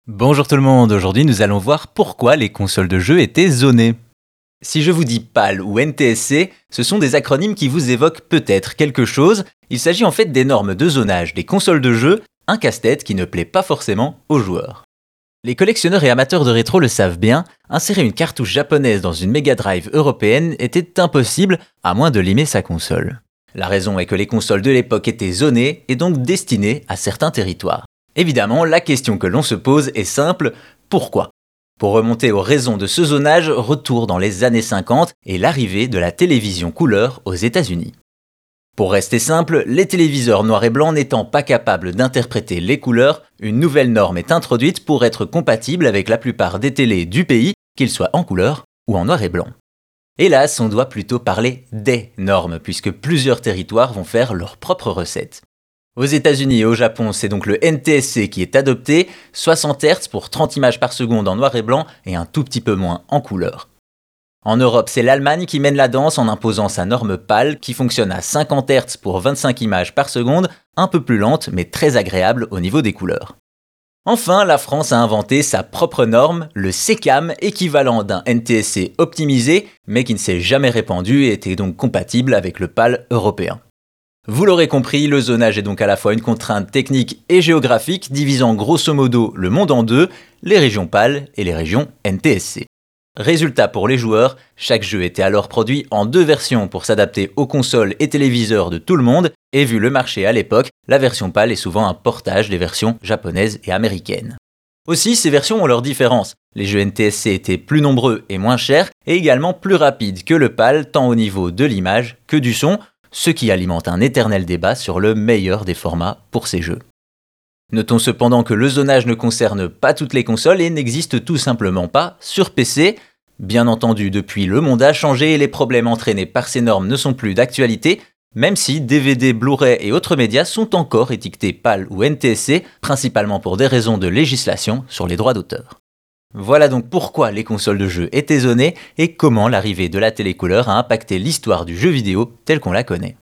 Bonjour tout le monde, aujourd'hui nous allons voir pourquoi les consoles de jeux étaient zonées. Si je vous dis PAL ou NTSC, ce sont des acronymes qui vous évoquent peut-être quelque chose. Il s'agit en fait des normes de zonage des consoles de jeux, un casse-tête qui ne plaît pas forcément aux joueurs. Les collectionneurs et amateurs de rétro le savent bien, insérer une cartouche japonaise dans une Mega Drive européenne était impossible à moins de limer sa console. La raison est que les consoles de l'époque étaient zonées et donc destinées à certains territoires. Évidemment, la question que l'on se pose est simple, pourquoi ? Pour remonter aux raisons de ce zonage, retour dans les années 50 et l'arrivée de la télévision couleur aux États-Unis. Pour rester simple, les téléviseurs noirs et blancs n'étant pas capables d'interpréter les couleurs, une nouvelle norme est introduite pour être compatible avec la plupart des télés du pays, qu'ils soient en couleur ou en noir et blanc. Hélas, on doit plutôt parler des normes, puisque plusieurs territoires vont faire leurs propres recettes. Aux États-Unis et au Japon, c'est donc le NTSC qui est adopté, 60 Hz pour 30 images par seconde en noir et blanc et un tout petit peu moins en couleur. En Europe, c'est l'Allemagne qui mène la danse en imposant sa norme PAL qui fonctionne à 50 Hz pour 25 images par seconde, un peu plus lente mais très agréable au niveau des couleurs. Enfin, la France a inventé sa propre norme, le SECAM, équivalent d'un NTSC optimisé, mais qui ne s'est jamais répandu et était donc compatible avec le PAL européen. Vous l'aurez compris, le zonage est donc à la fois une contrainte technique et géographique, divisant grosso modo le monde en deux, les régions PAL et les régions NTSC. Résultat pour les joueurs, chaque jeu était alors produit en deux versions pour s'adapter aux consoles et téléviseurs de tout le monde, et vu le marché à l'époque, la version PAL est souvent un portage des versions japonaises et américaines. Aussi, ces versions ont leurs différences. Les jeux NTSC étaient plus nombreux et moins chers, et également plus rapides que le PAL, tant au niveau de l'image que du son, ce qui alimente un éternel débat sur le meilleur des formats pour ces jeux. Notons cependant que le zonage ne concerne pas toutes les consoles et n'existe tout simplement pas sur PC. Bien entendu, depuis le monde a changé et les problèmes entraînés par ces normes ne sont plus d'actualité, même si DVD, Blu-ray et autres médias sont encore étiquetés PAL ou NTSC, principalement pour des raisons de législation sur les droits d'auteur. Voilà donc pourquoi les consoles de jeux étaient zonées et comment l'arrivée de la télécouleur a impacté l'histoire du jeu vidéo tel qu'on la connaît.